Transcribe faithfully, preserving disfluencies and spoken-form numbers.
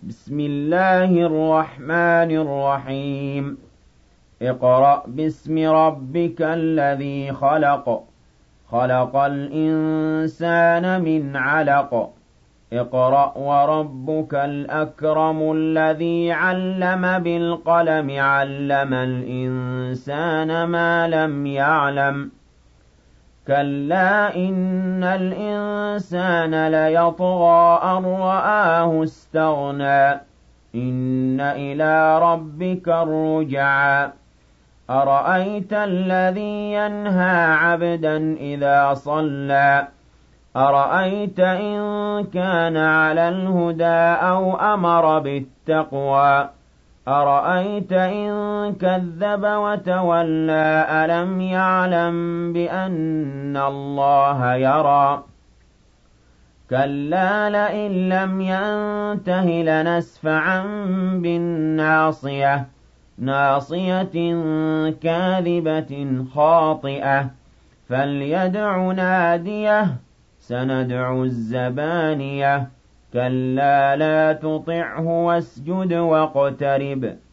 بسم الله الرحمن الرحيم اقرأ باسم ربك الذي خلق خلق الإنسان من علق اقرأ وربك الأكرم الذي علم بالقلم علم الإنسان ما لم يعلم كلا إن الإنسان ليطغى أن رآه استغنى إن إلى ربك الرجعى أرأيت الذي ينهى عبدا إذا صلى أرأيت إن كان على الهدى أو أمر بالتقوى أرأيت إن كذب وتولى ألم يعلم بأن الله يرى كلا لئن لم ينته لنسفعا بالناصية ناصية كاذبة خاطئة فليدع ناديه سندع الزبانية كلا لا تطعه واسجد واقترب